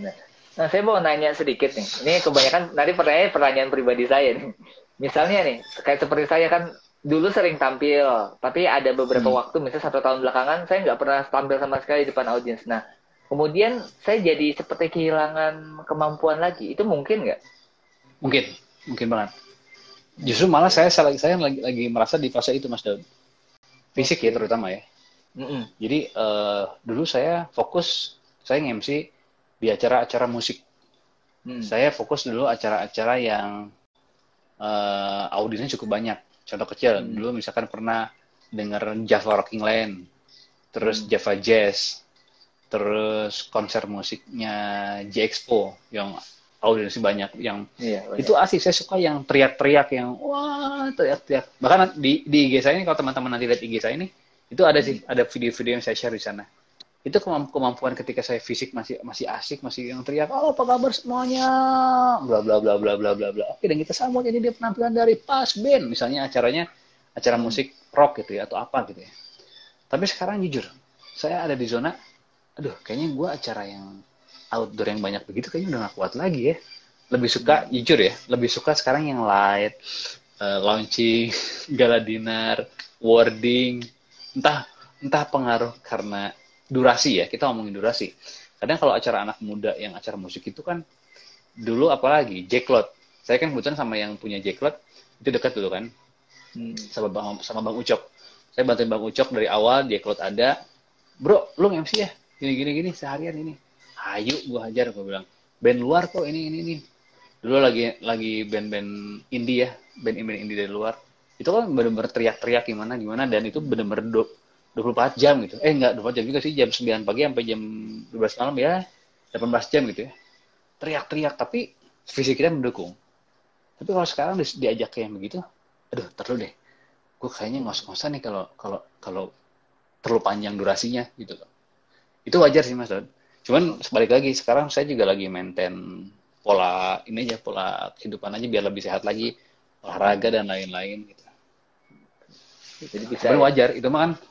Nah, saya mau nanya sedikit nih. Ini kebanyakan nanti pertanyaan pribadi saya nih. Misalnya nih, kayak seperti saya kan dulu sering tampil, tapi ada beberapa Hmm. waktu, misalnya 1 tahun belakangan, saya nggak pernah tampil sama sekali di depan audiens. Nah, kemudian saya jadi seperti kehilangan kemampuan lagi. Itu mungkin nggak? Mungkin, mungkin banget. Justru malah Oke, saya lagi merasa di fase itu Mas Daud. Fisik ya oke. terutama ya. Mm-mm. Jadi dulu saya fokus, saya nge-MC di acara-acara musik. Mm. Saya fokus dulu acara-acara yang audiensnya cukup banyak. Contoh kecil, Mm. dulu misalkan pernah denger Java Rocking Land, terus Mm. Java Jazz, terus konser musiknya J-Expo yang audiensnya banyak, yang Iya, itu banyak. asik. Saya suka yang teriak-teriak, yang wah teriak-teriak. Bahkan di IG saya ini, kalau teman-teman nanti lihat IG saya ini, itu ada sih, Mm. ada video-video yang saya share di sana. Itu kemampuan ketika saya fisik masih masih asik, masih yang teriak, oh apa kabar semuanya, bla bla bla bla bla bla bla. Oke, dan kita sambut ini dia penampilan dari Pas Band, misalnya acaranya acara Mm. musik rock gitu ya, atau apa gitu ya. Tapi sekarang jujur, saya ada di zona, aduh kayaknya gue acara yang outdoor yang banyak begitu kayaknya udah gak kuat lagi ya. Lebih suka, Mm. jujur ya, lebih suka sekarang yang light, launching, gala dinner, wording, entah entah pengaruh karena durasi ya, kita ngomongin durasi. Kadang kalau acara anak muda yang acara musik itu kan, dulu apalagi Jacklot, saya kan kebetulan sama yang punya Jacklot itu dekat dulu kan, Mm. sama Bang Ucok. Saya bantuin Bang Ucok dari awal, Jacklot ada, bro lu MC ya, gini gini gini seharian ini, ayo gua hajar, gua bilang band luar kok ini dulu lagi band-band indie ya, band indie dari luar, itu kan bener-bener teriak-teriak gimana gimana, dan itu bener-bener 24 jam gitu, enggak 24 jam juga sih, jam 9 pagi sampai jam 12 malam ya, 18 jam gitu ya, teriak-teriak, tapi fisik kita mendukung. Tapi kalau sekarang diajak kayak begitu, aduh terlalu deh, gue kayaknya ngos-ngosan nih kalau kalau kalau terlalu panjang durasinya gitu loh. Itu wajar sih Mas Don. Cuman sebalik lagi, sekarang saya juga lagi maintain pola ini aja, pola kehidupan aja biar lebih sehat lagi, olahraga Mm. dan lain-lain gitu. Jadi bisa Sebenarnya ya. wajar itu mah kan.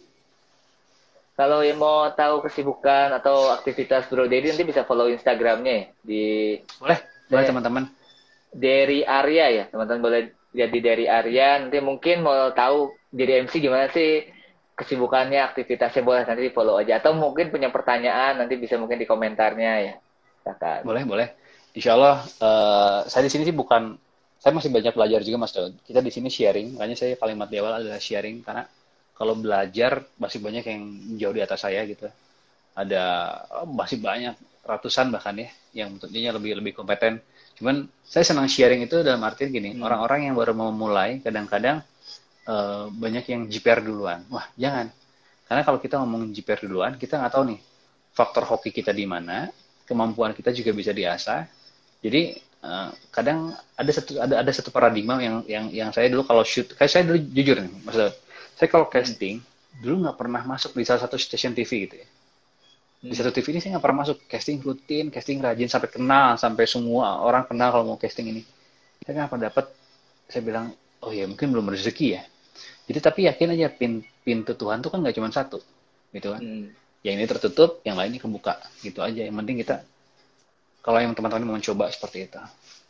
Kalau yang mau tahu kesibukan atau aktivitas Bro Dedi nanti bisa follow Instagramnya ya di Boleh, boleh saya teman-teman. Derry Arya ya teman-teman, boleh lihat di Derry Arya. Nanti mungkin mau tahu jadi MC gimana sih kesibukannya, aktivitasnya, boleh nanti di follow aja, atau mungkin punya pertanyaan nanti bisa mungkin di komentarnya ya, silakan. Boleh, boleh. Insya Allah, saya di sini sih bukan, saya masih banyak belajar juga Mas Daud. Kita di sini sharing, makanya saya kalimat di awal adalah sharing, karena kalau belajar masih banyak yang jauh di atas saya gitu. Ada masih banyak ratusan bahkan ya yang tentunya lebih lebih kompeten. Cuman saya senang sharing itu dalam artian gini, Hmm. orang-orang yang baru mau mulai kadang-kadang banyak yang JPR duluan. Wah, jangan. Karena kalau kita ngomong JPR duluan, kita nggak tahu nih faktor hoki kita di mana, kemampuan kita juga bisa diasah. Jadi kadang ada satu paradigma yang saya dulu kalau shoot, kayak saya dulu jujur nih, maksudnya saya kalau Hmm. casting dulu nggak pernah masuk di salah satu stasiun TV gitu ya. Di Hmm. satu TV ini saya nggak pernah masuk, casting rutin, casting rajin sampai kenal, sampai semua orang kenal kalau mau casting ini. Saya nggak pernah dapat, saya bilang, oh ya mungkin belum rezeki ya. Jadi tapi yakin aja pintu Tuhan tuh kan nggak cuma satu, gitu kan. Hmm. Yang ini tertutup, yang lainnya kebuka, gitu aja. Yang penting kita, kalau yang teman-teman mau mencoba seperti itu.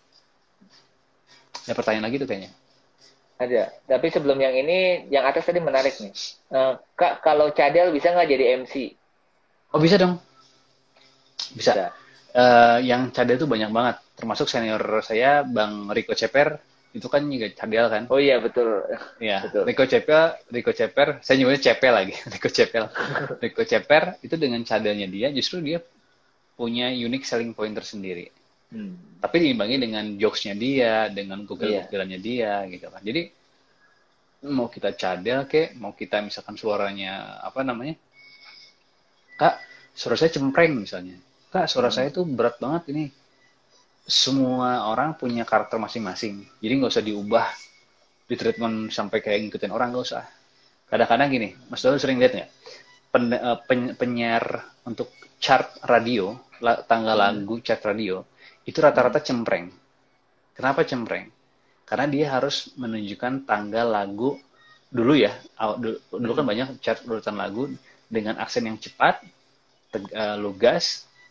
Ada pertanyaan lagi tuh kayaknya. Ada, tapi sebelum yang ini, yang atas tadi menarik nih. Kak, kalau cadel bisa nggak jadi MC? Oh bisa dong, bisa. Bisa. Yang cadel tuh banyak banget, termasuk senior saya, Bang Rico Ceper, itu kan juga cadel kan. Oh iya, betul. Ya, Betul. Rico Ceper, saya nyebutnya Cepel lagi, Rico Cepel. Rico Ceper itu dengan cadelnya dia, justru dia punya unique selling point tersendiri. Hmm. Tapi diimbangi dengan jokesnya dia, dengan Iya. gokil-gokilannya dia, gitu kan. Jadi mau kita cadel kek, mau kita misalkan suaranya apa namanya, kak, suara saya cempreng misalnya, kak, suara saya Hmm. tuh berat banget ini. Semua orang punya karakter masing-masing, jadi nggak usah diubah, di treatment sampai kayak ngikutin orang, nggak usah. Kadang-kadang gini, Mas Dolo sering lihat nggak, penyiar untuk chart radio, tanggal Hmm. lagu chart radio, itu Hmm. rata-rata cempreng. Kenapa cempreng? Karena dia harus menunjukkan tanggal lagu dulu ya. Dulu kan Hmm. banyak chart urutan lagu dengan aksen yang cepat, lugas,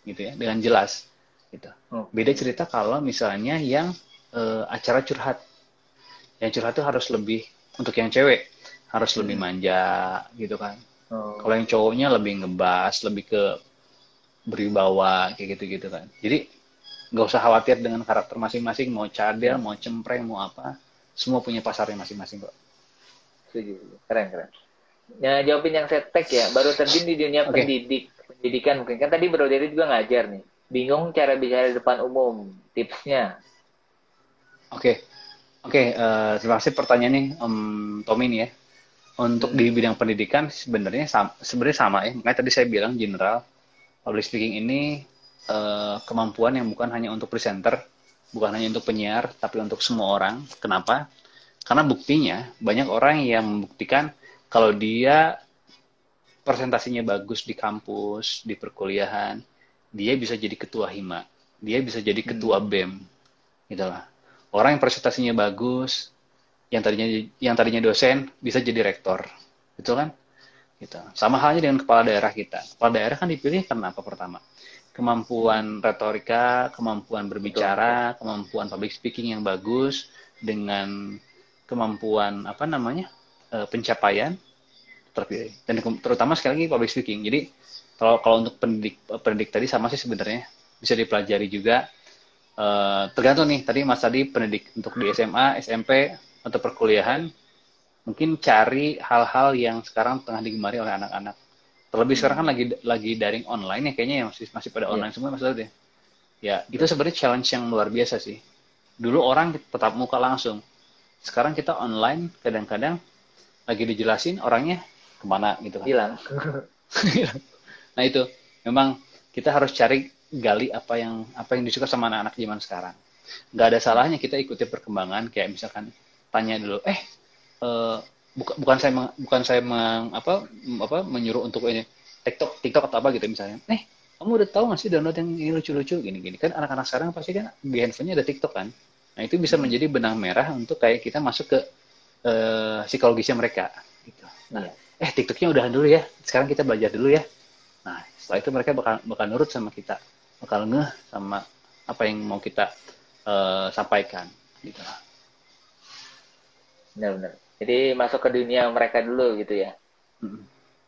gitu ya, dengan jelas gitu. Oh. Beda cerita kalau misalnya yang acara curhat. Yang curhat itu harus lebih, untuk yang cewek harus lebih manja gitu kan. Oh. Kalau yang cowoknya lebih ngebas, lebih ke berwibawa kayak gitu-gitu kan. Jadi nggak usah khawatir dengan karakter masing-masing, mau cadel, Ya, mau cempreng, mau apa, semua punya pasarnya masing-masing kok. setuju. Keren, keren. Ya, jawabin yang setback ya. Baru terjun di dunia Oke, pendidikan mungkin. Kan tadi Bro Dery juga ngajar nih. Bingung cara bicara di depan umum. Tipsnya. oke, oke. Terima kasih pertanyaan nih, Om Tommy nih ya. Untuk di Hmm. bidang pendidikan sebenarnya sama ya. Makanya tadi saya bilang general public speaking ini kemampuan yang bukan hanya untuk presenter, bukan hanya untuk penyiar, tapi untuk semua orang. Kenapa? Karena buktinya banyak orang yang membuktikan kalau dia presentasinya bagus di kampus, di perkuliahan, dia bisa jadi ketua hima, dia bisa jadi ketua BEM, gitu lah. Orang yang presentasinya bagus, yang tadinya dosen bisa jadi rektor, betul kan? Gitu. Sama halnya dengan kepala daerah kita. Kepala daerah kan dipilih karena apa pertama? Kemampuan retorika, kemampuan Betul, betul. berbicara, kemampuan public speaking yang bagus, dengan kemampuan apa namanya pencapaian terpilih. Dan terutama sekali lagi public speaking. Jadi kalau untuk pendidik tadi sama sih sebenarnya bisa dipelajari juga. Tergantung nih tadi Mas tadi pendidik untuk di SMA, SMP atau perkuliahan mungkin cari hal-hal yang sekarang tengah digemari oleh anak-anak. Terlebih sekarang kan lagi daring online ya kayaknya ya masih pada Iya. online semua Mas Daud ya. Ya, itu sebenarnya challenge yang luar biasa sih. Dulu orang tetap muka langsung. Sekarang kita online kadang-kadang lagi dijelasin orangnya kemana gitu kan. Hilang. Nah itu memang kita harus cari gali apa yang disuka sama anak-anak zaman sekarang. Nggak ada salahnya kita ikuti perkembangan kayak misalkan tanya dulu, bukan saya menyuruh untuk ini TikTok atau apa gitu misalnya. Kamu udah tahu nggak sih download yang ini lucu-lucu gini-gini kan anak-anak sekarang pasti kan di handphonenya ada TikTok kan. Nah itu bisa menjadi benang merah untuk kayak kita masuk ke psikologisnya mereka. Gitu. Nah, Iya. TikToknya udahan dulu ya. Sekarang kita belajar dulu ya. Nah, setelah itu mereka bakal nurut sama kita, bakal ngeh sama apa yang mau kita sampaikan. Gitu. Benar-benar. Jadi masuk ke dunia mereka dulu gitu ya. Mm-mm.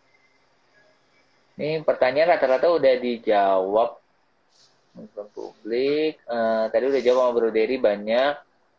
Ini pertanyaan rata-rata udah dijawab untuk publik. Tadi udah jawab sama Bro Dery banyak.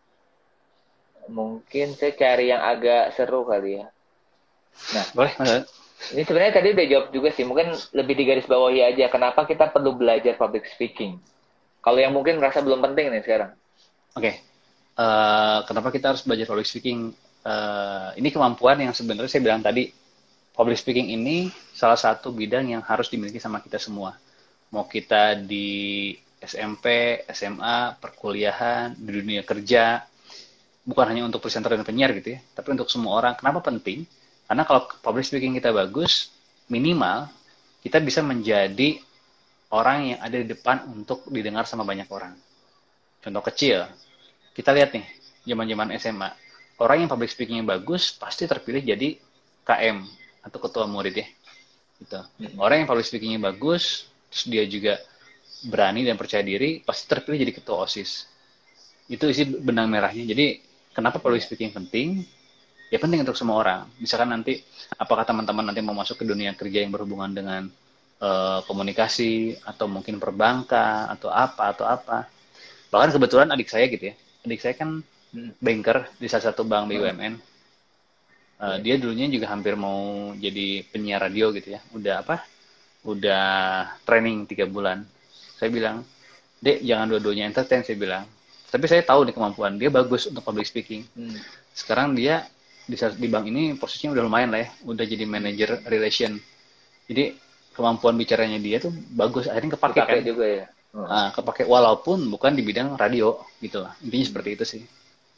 Mungkin saya cari yang agak seru kali ya. Nah, Boleh, Mas? ini sebenarnya tadi udah jawab juga sih. Mungkin lebih digarisbawahi aja. Kenapa kita perlu belajar public speaking? Kalau yang mungkin merasa belum penting nih sekarang. Oke. Kenapa kita harus belajar public speaking? Ini kemampuan yang sebenarnya saya bilang tadi, public speaking ini salah satu bidang yang harus dimiliki sama kita semua. Mau kita di SMP, SMA, perkuliahan, di dunia kerja, bukan hanya untuk presenter dan penyiar gitu ya, tapi untuk semua orang. Kenapa penting? Karena kalau public speaking kita bagus, minimal kita bisa menjadi orang yang ada di depan untuk didengar sama banyak orang. Contoh kecil, kita lihat nih, zaman-zaman SMA, orang yang public speaking-nya bagus pasti terpilih jadi KM atau ketua murid ya. Gitu. Orang yang public speaking-nya bagus, terus dia juga berani dan percaya diri, pasti terpilih jadi ketua OSIS. Itu isi benang merahnya. Jadi kenapa public speaking penting? Ya penting untuk semua orang. Misalkan nanti, apakah teman-teman nanti mau masuk ke dunia kerja yang berhubungan dengan komunikasi, atau mungkin perbankan, atau apa. Bahkan kebetulan adik saya gitu ya. Adik saya kan banker di salah satu bank BUMN. Dia dulunya juga hampir mau jadi penyiar radio gitu ya. Udah training 3 bulan. Saya bilang, Dek, jangan dua-duanya entertain, saya bilang. Tapi saya tahu nih kemampuan. Dia bagus untuk public speaking. Sekarang dia di bank ini posisinya udah lumayan lah ya. Udah jadi manager relation. Jadi kemampuan bicaranya dia tuh bagus. Akhirnya kepake kan. juga ya. Kepake walaupun bukan di bidang radio gitu lah. Intinya seperti itu sih.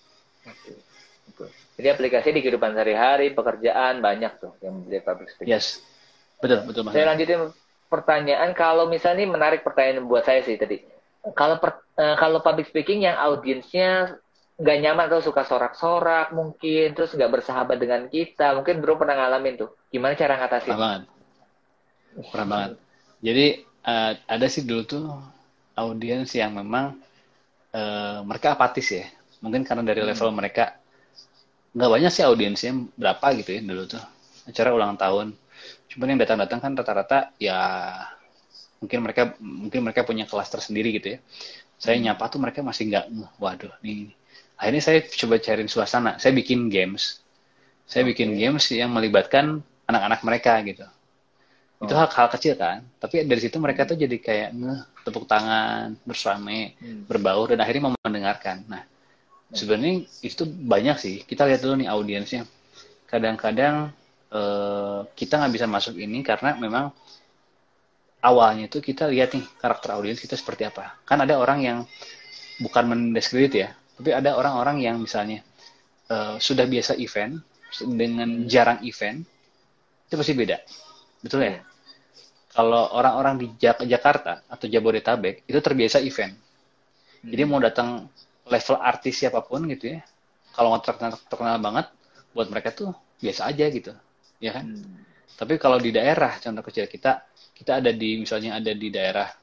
Jadi aplikasi di kehidupan sehari-hari, pekerjaan banyak tuh yang menjadi public speaking. Yes, betul Mas. Saya lanjutin pertanyaan. Kalau misalnya menarik pertanyaan buat saya sih tadi. Kalau public speaking yang audiensnya nggak nyaman atau suka sorak-sorak mungkin, terus nggak bersahabat dengan kita, mungkin Bro pernah ngalamin tuh. Gimana cara ngatasin? Pernah banget. Jadi ada sih dulu tuh audiens yang memang mereka apatis ya. Mungkin karena dari level mereka nggak banyak sih audiensnya berapa gitu ya dulu tuh acara ulang tahun. Cuman yang datang-datang kan rata-rata ya mungkin mereka punya kelas tersendiri gitu ya. Saya nyapa tuh mereka masih nggak, waduh nih. Akhirnya saya coba cariin suasana. Saya bikin games. Saya bikin games yang melibatkan anak-anak mereka gitu. Itu hal-hal kecil kan. Tapi dari situ mereka tuh jadi kayak tepuk tangan, bersame, berbaur, dan akhirnya mau mendengarkan. Nah, sebenarnya itu banyak sih. Kita lihat dulu nih audiensnya. Kadang-kadang kita nggak bisa masuk ini karena memang awalnya itu kita lihat nih karakter audiens kita seperti apa. Kan ada orang yang bukan mendiskredit ya, tapi ada orang-orang yang misalnya sudah biasa event dengan jarang event, itu pasti beda. Betul ya? Kalau orang-orang di Jakarta atau Jabodetabek itu terbiasa event. Jadi mau datang level artis siapapun gitu ya, kalau nggak terkenal banget, buat mereka tuh biasa aja gitu, ya kan? Tapi kalau di daerah, contoh kecil kita ada di misalnya ada di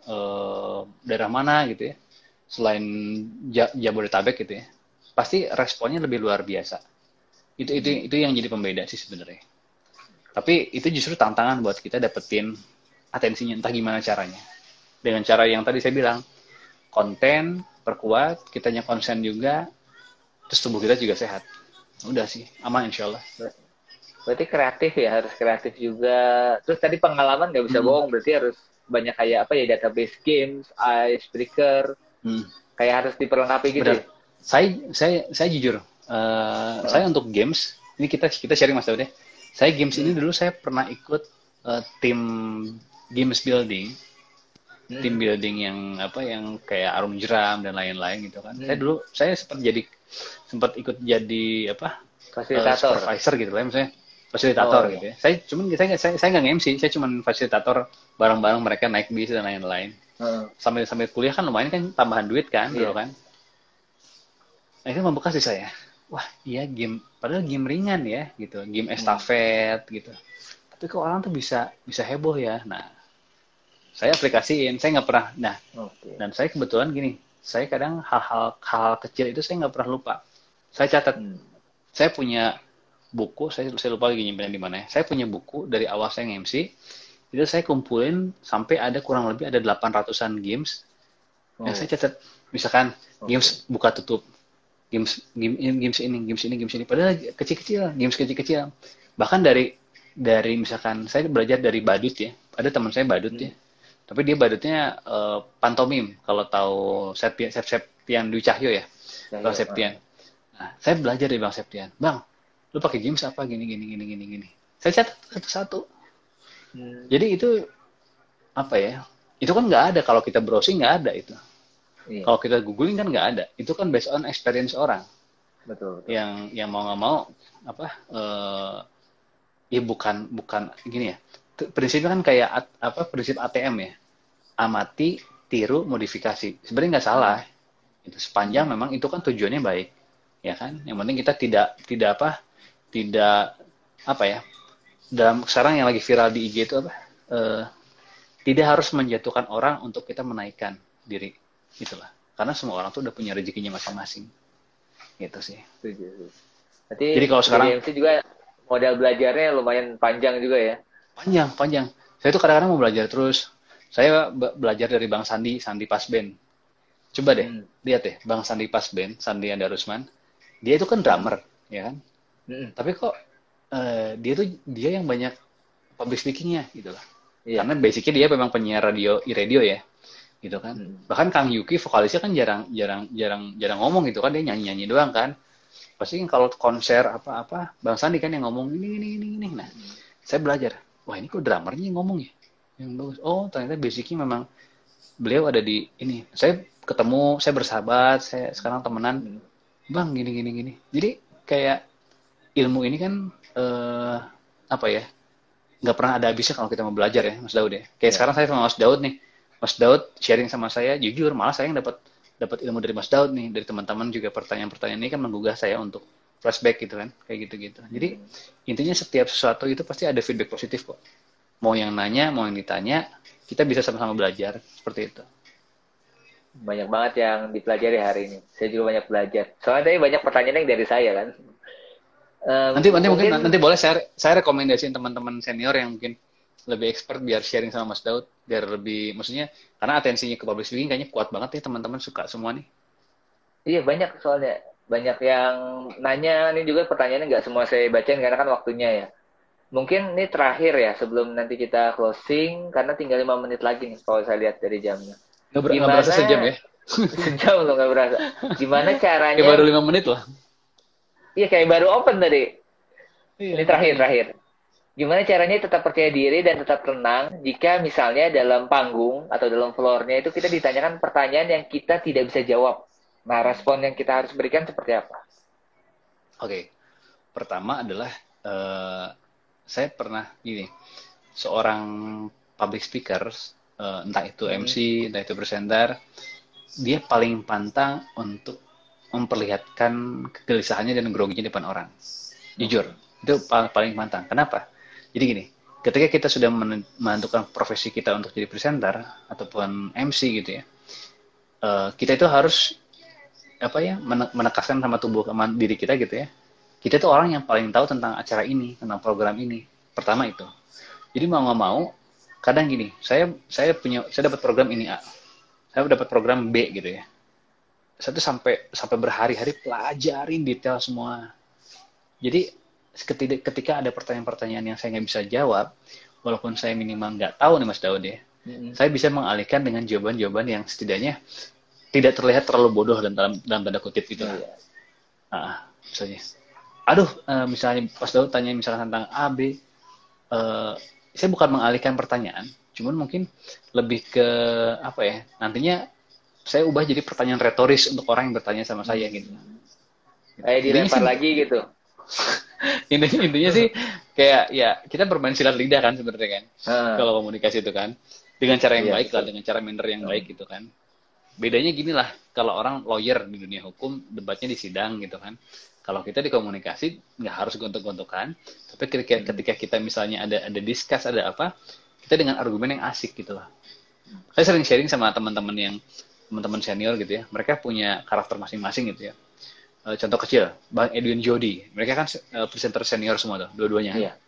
daerah mana gitu ya, selain Jabodetabek gitu ya, pasti responnya lebih luar biasa. Itu yang jadi pembeda sih sebenarnya. Tapi itu justru tantangan buat kita dapetin atensinya, entah gimana caranya. Dengan cara yang tadi saya bilang, konten, perkuat, kitanya konsen juga, terus tubuh kita juga sehat. Udah sih, aman insya Allah. Berarti kreatif ya, harus kreatif juga. Terus tadi pengalaman nggak bisa bohong, berarti harus banyak kayak apa ya, database games, icebreaker, kayak harus diperlengkapi gitu. Benar. Saya jujur, saya untuk games, ini kita sharing Mas Daud ya. Saya games ini dulu saya pernah ikut tim games building, tim building yang kayak Arum Jeram dan lain-lain gitu kan. Saya sempat ikut jadi Fasilitator. Supervisor gitu lah, misalnya fasilitator gitu ya. Saya nggak nge-MC, saya cuma fasilitator bareng-bareng mereka naik bis dan lain-lain. Sambil kuliah kan lumayan kan tambahan duit kan dulu kan. Nah, itu membekas di saya. Wah, iya padahal game ringan ya gitu, game estafet gitu. Tapi kok orang tuh bisa heboh ya. Nah, saya aplikasiin, saya nggak pernah. Nah, dan saya kebetulan gini, saya kadang hal-hal kecil itu saya nggak pernah lupa. Saya catat. Saya punya buku, saya lupa lagi nyimpennya di mana ya. Saya punya buku dari awal saya nge-MC, itu saya kumpulin sampai ada kurang lebih ada 800-an games. Yang saya catat, misalkan games buka tutup, games ini, padahal kecil-kecil, games kecil-kecil. Bahkan dari misalkan saya belajar dari badut ya, ada teman saya badut ya, tapi dia badutnya pantomim, kalau tahu Septian Dwi Cahyo ya, kalau Septian. Nah, saya belajar dari Bang Septian. Bang, lu pakai games apa gini. Saya catat satu-satu. Jadi itu apa ya? Itu kan nggak ada kalau kita browsing, nggak ada itu. Kalau kita googling kan nggak ada. Itu kan based on experience orang. Betul. Yang mau nggak mau ya bukan gini ya. Prinsipnya kan kayak prinsip ATM ya. Amati, tiru, modifikasi. Sebenarnya nggak salah. Itu sepanjang memang itu kan tujuannya baik. Ya kan, yang penting kita tidak dalam sekarang yang lagi viral di IG itu tidak harus menjatuhkan orang untuk kita menaikkan diri, gitulah, karena semua orang tuh udah punya rezekinya masing-masing, gitu sih. Jadi kalau sekarang MC juga modal belajarnya lumayan panjang juga ya. Panjang. Saya tuh kadang-kadang mau belajar terus. Saya belajar dari Bang Sandi Pasben. Coba deh lihat deh, Bang Sandi Pasben, Sandi Andarusman. Dia itu kan drummer, ya kan? Tapi kok dia yang banyak public speaking-nya gitu lah. Karena basicnya dia memang penyiar radio ya, gitu kan. Bahkan Kang Yuki vokalisnya kan jarang ngomong gitu kan, dia nyanyi doang kan. Pasti kalau konser apa Bang Sandi kan yang ngomong ini. Nah, saya belajar. Wah, ini kok drummernya yang ngomong ya? Yang bagus. Oh, ternyata basicnya memang beliau ada di ini. Saya ketemu, saya bersahabat, saya sekarang temenan. Bang, gini. Jadi kayak ilmu ini kan nggak pernah ada habisnya kalau kita mau belajar ya, Mas Daud ya. Kayak sekarang saya sama Mas Daud nih. Mas Daud sharing sama saya, jujur malah saya yang dapat ilmu dari Mas Daud nih, dari teman-teman juga pertanyaan-pertanyaan ini kan menggugah saya untuk flashback gitu kan, kayak gitu. Jadi intinya setiap sesuatu itu pasti ada feedback positif kok. Mau yang nanya, mau yang ditanya, kita bisa sama-sama belajar seperti itu. Banyak banget yang dipelajari hari ini. Saya juga banyak belajar. Soalnya tadi banyak pertanyaan yang dari saya kan. Nanti mungkin Mungkin nanti boleh saya rekomendasiin teman-teman senior yang mungkin lebih expert biar sharing sama Mas Daud biar lebih maksudnya karena atensinya ke public speaking kayaknya kuat banget nih teman-teman suka semua nih. iya banyak soalnya. Banyak yang nanya, ini juga pertanyaannya nggak semua saya bacain karena kan waktunya ya. Mungkin ini terakhir ya sebelum nanti kita closing karena tinggal 5 menit lagi nih kalau saya lihat dari jamnya. Nggak berasa Gimana sejam ya? sejam loh nggak berasa. Gimana Kayak caranya? baru 5 menit loh. Iya kayak baru open tadi. Iya Ini makanya. terakhir. Gimana caranya tetap percaya diri dan tetap tenang jika misalnya dalam panggung atau dalam floornya itu kita ditanyakan pertanyaan yang kita tidak bisa jawab. Nah, respon yang kita harus berikan seperti apa? Oke. Pertama adalah eh, saya pernah gini seorang public speaker entah itu Hmm. MC entah itu presenter dia paling pantang untuk memperlihatkan kegelisahannya dan groginya di depan orang. Jujur, Oke. itu paling pantang. Kenapa? Jadi gini, ketika kita sudah menentukan profesi kita untuk jadi presenter ataupun MC gitu ya, kita itu harus apa ya menekaskan sama tubuh sama diri kita gitu ya. Kita itu orang yang paling tahu tentang acara ini, tentang program ini. Pertama itu. Jadi mau nggak mau, kadang gini, saya dapat program ini A, saya dapat program B gitu ya. Saya tuh sampai berhari-hari pelajarin detail semua. Jadi ketika ada pertanyaan-pertanyaan yang saya nggak bisa jawab, walaupun saya minimal nggak tahu nih Mas Daud ya, Mm-mm. saya bisa mengalihkan dengan jawaban-jawaban yang setidaknya tidak terlihat terlalu bodoh dan dalam tanda kutip gitu Oh, lah. iya. Misalnya, aduh, misalnya Mas Daud tanya misalnya tentang A, B, saya bukan mengalihkan pertanyaan, cuman mungkin lebih ke apa ya, nantinya saya ubah jadi pertanyaan retoris untuk orang yang bertanya sama saya gitu. Hmm. Gitu. Kayak Intinya dilempar sih lagi gitu. intinya sih kayak ya kita bermain silat lidah kan sebenarnya kan Heeh. kalau komunikasi itu kan dengan cara yang Iya, baik lah betul. dengan cara manner yang Hmm. baik gitu kan bedanya gini lah kalau orang lawyer di dunia hukum debatnya di sidang gitu kan kalau kita di komunikasi nggak harus gontok-gontokan tapi Hmm. ketika kita misalnya ada discuss ada apa kita dengan argumen yang asik gitu lah saya sering sharing sama teman-teman senior gitu ya mereka punya karakter masing-masing gitu ya. Contoh kecil, Bang Edwin Jody. Mereka kan presenter senior semua tuh, dua-duanya. Iya.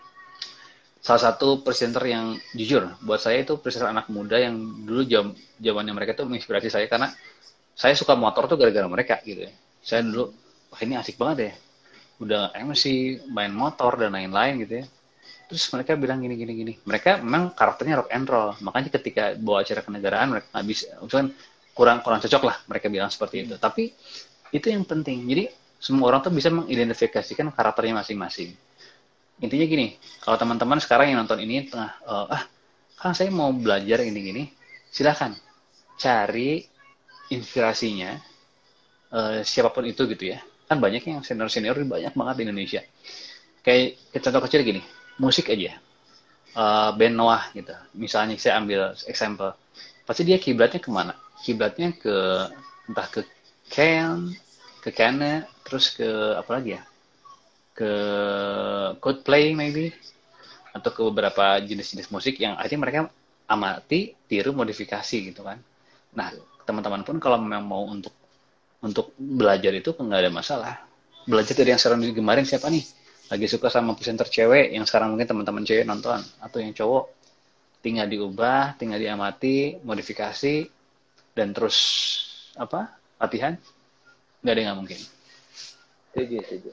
Salah satu presenter yang jujur, buat saya itu presenter anak muda yang dulu zamannya mereka tuh menginspirasi saya karena saya suka motor tuh gara-gara mereka gitu ya. Saya dulu, wah ini asik banget ya. Udah MC, main motor dan lain-lain gitu ya. Terus mereka bilang gini. Mereka memang karakternya rock and roll. Makanya ketika bawa acara kenegaraan mereka nggak bisa, misalkan kurang kurang cocok lah mereka bilang seperti itu. Hmm. Tapi itu yang penting. Jadi semua orang tuh bisa mengidentifikasikan karakternya masing-masing. Intinya gini, kalau teman-teman sekarang yang nonton ini tengah, kan saya mau belajar ini-gini, silakan cari inspirasinya siapapun itu gitu ya. Kan banyak yang senior-senior banyak banget di Indonesia. Kayak contoh kecil gini, musik aja. Band Noah gitu. Misalnya saya ambil example. Pasti dia kiblatnya kemana? Kiblatnya ke entah ke Ken, ke Kane, terus ke apa lagi ya? Ke Coldplay maybe atau ke beberapa jenis-jenis musik yang akhirnya mereka amati, tiru, modifikasi gitu kan. Nah, teman-teman pun kalau memang mau untuk belajar itu nggak ada masalah. Belajar dari yang sekarang digemarin siapa nih? Lagi suka sama presenter cewek yang sekarang mungkin teman-teman cewek nonton atau yang cowok tinggal diubah, tinggal diamati, modifikasi dan terus apa? Latihan nggak ada yang nggak mungkin. Setuju.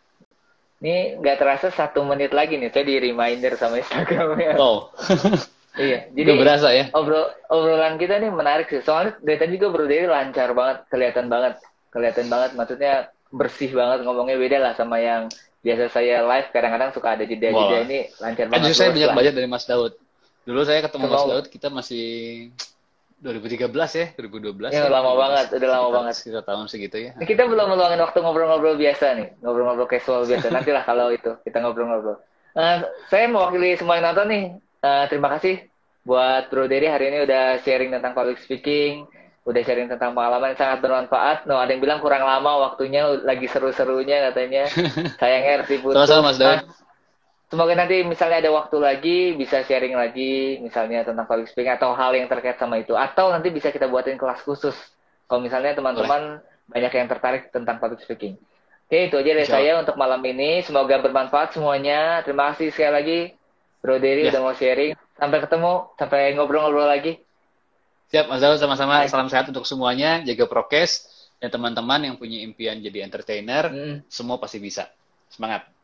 Ini nggak terasa 1 menit lagi nih. Saya di reminder sama Instagramnya. Wow, Iya. Jadi nggak berasa ya? obrolan kita nih menarik sih. Soalnya dari tadi juga Bro Dery lancar banget, kelihatan banget. Kelihatan banget. Maksudnya bersih banget ngomongnya beda lah sama yang biasa saya live. Kadang-kadang suka ada jeda-jeda. Wah, Ini lancar kan banget justru saya luas banyak lah. belajar dari Mas Daud. Dulu saya ketemu Mas Semua Daud kita masih 2013 ya, 2012 ya ya, lama kurang lebih banget, udah lama sekitar banget. sekitar tahun segitu ya. Ini kita belum meluangin waktu ngobrol-ngobrol biasa nih, ngobrol-ngobrol casual biasa. Nantilah kalau itu kita ngobrol-ngobrol. Saya mewakili semua yang nonton nih. Terima kasih buat Bro Dery hari ini udah sharing tentang public speaking, udah sharing tentang pengalaman yang sangat bermanfaat. No, ada yang bilang kurang lama waktunya, lagi seru-serunya katanya. Sayangnya harus Sama-sama diputus. Mas Daud. semoga nanti misalnya ada waktu lagi bisa sharing lagi misalnya tentang public speaking atau hal yang terkait sama itu, atau nanti bisa kita buatin kelas khusus kalau misalnya Boleh. teman-teman banyak yang tertarik tentang public speaking. Oke, itu aja dari Insya Allah. saya untuk malam ini. Semoga bermanfaat semuanya. Terima kasih sekali lagi Bro Dery Ya, udah mau sharing. Sampai ketemu, sampai ngobrol-ngobrol lagi. siap Mas Daud, sama-sama. Bye. Salam sehat untuk semuanya, jaga prokes, dan teman-teman yang punya impian jadi entertainer, Mm. semua pasti bisa. Semangat.